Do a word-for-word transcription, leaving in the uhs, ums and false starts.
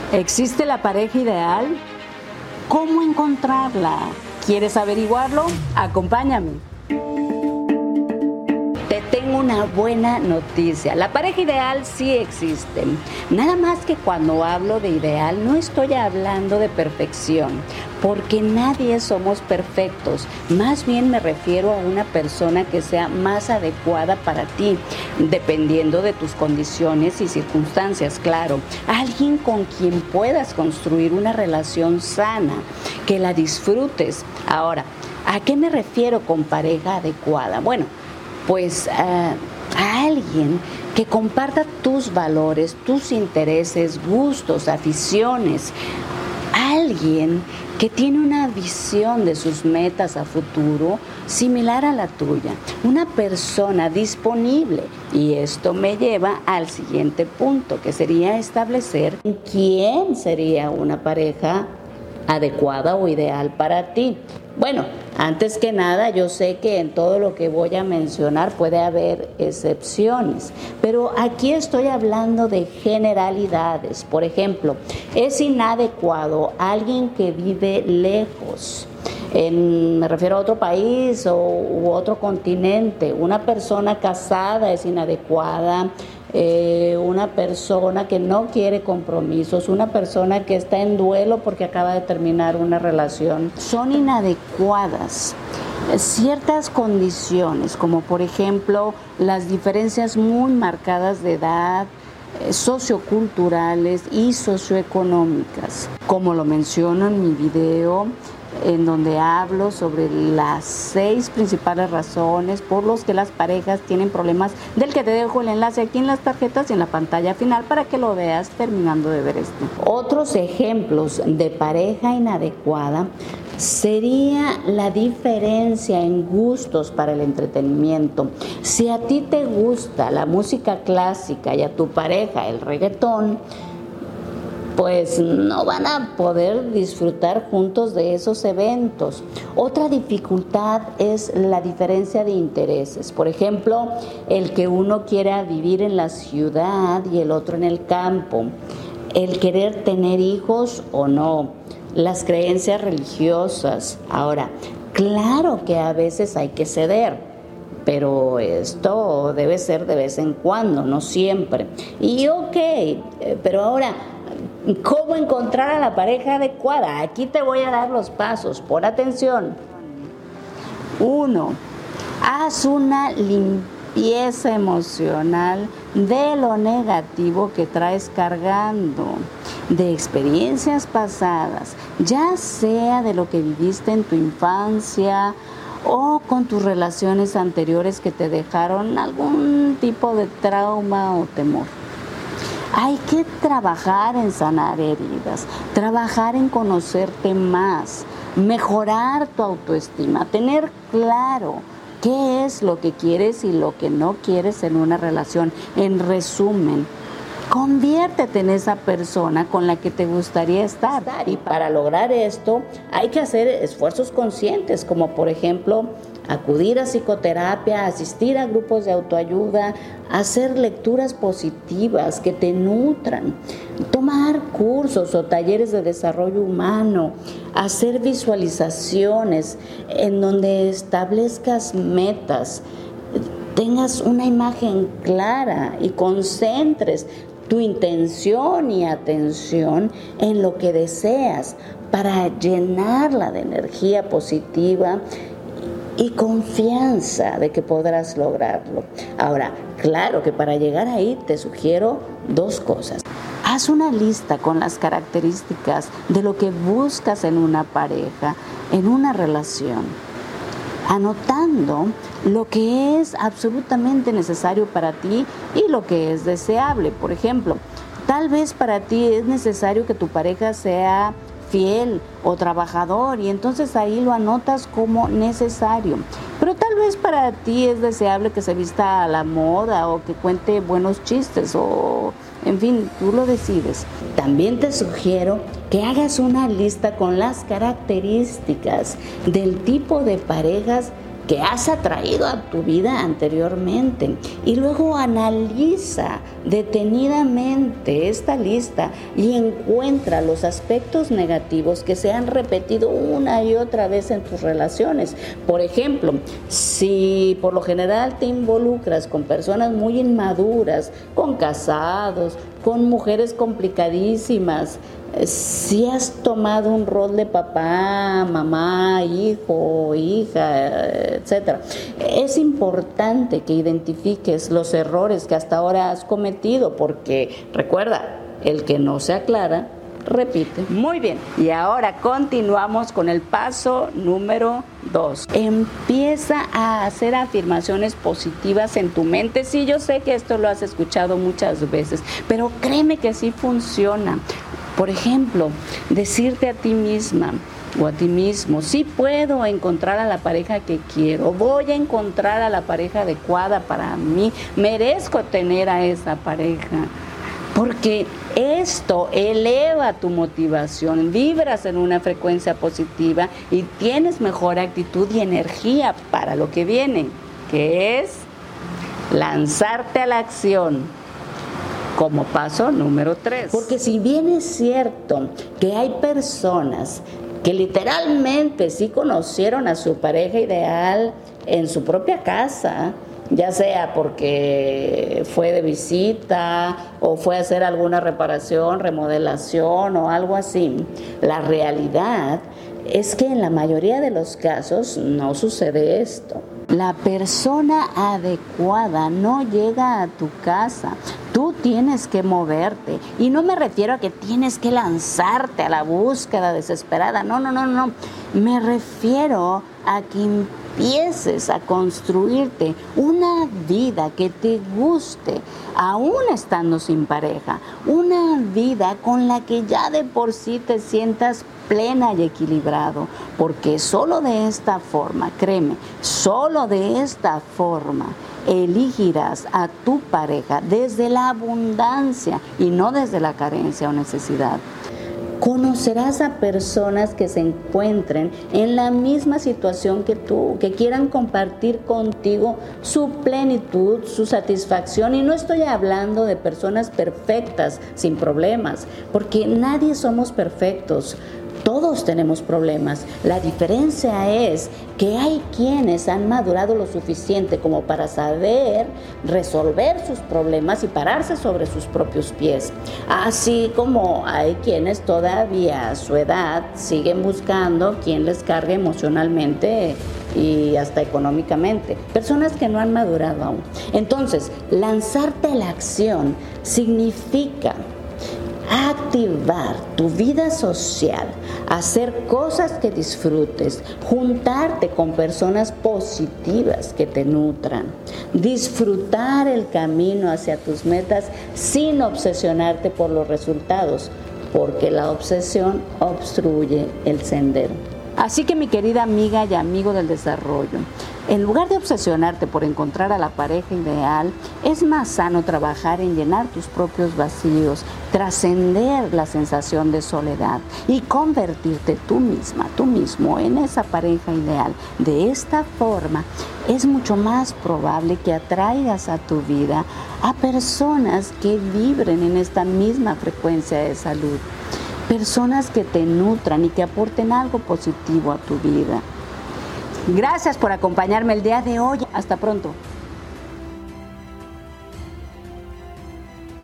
¿Existe la pareja ideal? ¿Cómo encontrarla? ¿Quieres averiguarlo? Acompáñame. Te tengo una buena noticia. La pareja ideal sí existe. Nada más que cuando hablo de ideal no estoy hablando de perfección, porque nadie somos perfectos. Más bien me refiero a una persona que sea más adecuada para ti, dependiendo de tus condiciones y circunstancias, claro. Alguien con quien puedas construir una relación sana, que la disfrutes. Ahora, ¿a qué me refiero con pareja adecuada? Bueno, pues uh, a alguien que comparta tus valores, tus intereses, gustos, aficiones. Alguien que tiene una visión de sus metas a futuro similar a la tuya. Una persona disponible. Y esto me lleva al siguiente punto, que sería establecer quién sería una pareja adecuada o ideal para ti. Bueno, antes que nada, yo sé que en todo lo que voy a mencionar puede haber excepciones, pero aquí estoy hablando de generalidades. Por ejemplo, es inadecuado alguien que vive lejos, en, me refiero a otro país o u otro continente. Una persona casada es inadecuada. Eh, una persona que no quiere compromisos, una persona que está en duelo porque acaba de terminar una relación, son inadecuadas. Ciertas condiciones, como por ejemplo las diferencias muy marcadas de edad, eh, socioculturales y socioeconómicas, como lo menciono en mi video, en donde hablo sobre las seis principales razones por las que las parejas tienen problemas, del que te dejo el enlace aquí en las tarjetas y en la pantalla final para que lo veas terminando de ver esto. Otros ejemplos de pareja inadecuada sería la diferencia en gustos para el entretenimiento. Si a ti te gusta la música clásica y a tu pareja el reggaetón, pues no van a poder disfrutar juntos de esos eventos. Otra dificultad es la diferencia de intereses. Por ejemplo, el que uno quiera vivir en la ciudad y el otro en el campo. El querer tener hijos o no. Las creencias religiosas. Ahora, claro que a veces hay que ceder, pero esto debe ser de vez en cuando, no siempre. Y ok, pero ahora, ¿cómo encontrar a la pareja adecuada? Aquí te voy a dar los pasos. Pon atención. Uno, haz una limpieza emocional de lo negativo que traes cargando, de experiencias pasadas, ya sea de lo que viviste en tu infancia o con tus relaciones anteriores que te dejaron algún tipo de trauma o temor. Hay que trabajar en sanar heridas, trabajar en conocerte más, mejorar tu autoestima, tener claro qué es lo que quieres y lo que no quieres en una relación. En resumen, conviértete en esa persona con la que te gustaría estar. Y para lograr esto hay que hacer esfuerzos conscientes, como por ejemplo acudir a psicoterapia, asistir a grupos de autoayuda, hacer lecturas positivas que te nutran, tomar cursos o talleres de desarrollo humano, hacer visualizaciones en donde establezcas metas, tengas una imagen clara y concentres tu intención y atención en lo que deseas para llenarla de energía positiva y confianza de que podrás lograrlo. Ahora, claro que para llegar ahí te sugiero dos cosas. Haz una lista con las características de lo que buscas en una pareja, en una relación, anotando lo que es absolutamente necesario para ti y lo que es deseable. Por ejemplo, tal vez para ti es necesario que tu pareja sea fiel o trabajador y entonces ahí lo anotas como necesario. Pero tal vez para ti es deseable que se vista a la moda o que cuente buenos chistes o, en fin, tú lo decides. También te sugiero que hagas una lista con las características del tipo de parejas que has atraído a tu vida anteriormente y luego analiza detenidamente esta lista y encuentra los aspectos negativos que se han repetido una y otra vez en tus relaciones. Por ejemplo, si por lo general te involucras con personas muy inmaduras, con casados, con mujeres complicadísimas, si has tomado un rol de papá, mamá, hijo, hija, etcétera, es importante que identifiques los errores que hasta ahora has cometido, porque recuerda, el que no se aclara, repite. Muy bien, y ahora continuamos con el paso número dos. Empieza a hacer afirmaciones positivas en tu mente. Sí, yo sé que esto lo has escuchado muchas veces, pero créeme que sí funciona. Por ejemplo, decirte a ti misma o a ti mismo, sí puedo encontrar a la pareja que quiero, voy a encontrar a la pareja adecuada para mí, merezco tener a esa pareja. Porque esto eleva tu motivación, vibras en una frecuencia positiva y tienes mejor actitud y energía para lo que viene, que es lanzarte a la acción. Como paso número tres. Porque si bien es cierto que hay personas que literalmente sí conocieron a su pareja ideal en su propia casa, ya sea porque fue de visita o fue a hacer alguna reparación, remodelación o algo así, la realidad es que en la mayoría de los casos no sucede esto. La persona adecuada no llega a tu casa. Tú tienes que moverte. Y no me refiero a que tienes que lanzarte a la búsqueda desesperada. No, no, no, no. Me refiero a que empieces a construirte una vida que te guste, aún estando sin pareja. Una vida con la que ya de por sí te sientas plena y equilibrado, porque solo de esta forma, créeme, solo de esta forma elegirás a tu pareja desde la abundancia y no desde la carencia o necesidad. Conocerás a personas que se encuentren en la misma situación que tú, que quieran compartir contigo su plenitud, su satisfacción. Y no estoy hablando de personas perfectas, sin problemas, porque nadie somos perfectos. Todos tenemos problemas. La diferencia es que hay quienes han madurado lo suficiente como para saber resolver sus problemas y pararse sobre sus propios pies. Así como hay quienes todavía a su edad siguen buscando quien les cargue emocionalmente y hasta económicamente. Personas que no han madurado aún. Entonces, lanzarte a la acción significa activar tu vida social, hacer cosas que disfrutes, juntarte con personas positivas que te nutran, disfrutar el camino hacia tus metas sin obsesionarte por los resultados, porque la obsesión obstruye el sendero. Así que mi querida amiga y amigo del desarrollo, en lugar de obsesionarte por encontrar a la pareja ideal, es más sano trabajar en llenar tus propios vacíos, trascender la sensación de soledad y convertirte tú misma, tú mismo en esa pareja ideal. De esta forma, es mucho más probable que atraigas a tu vida a personas que vibren en esta misma frecuencia de salud, personas que te nutran y que aporten algo positivo a tu vida. Gracias por acompañarme el día de hoy. Hasta pronto.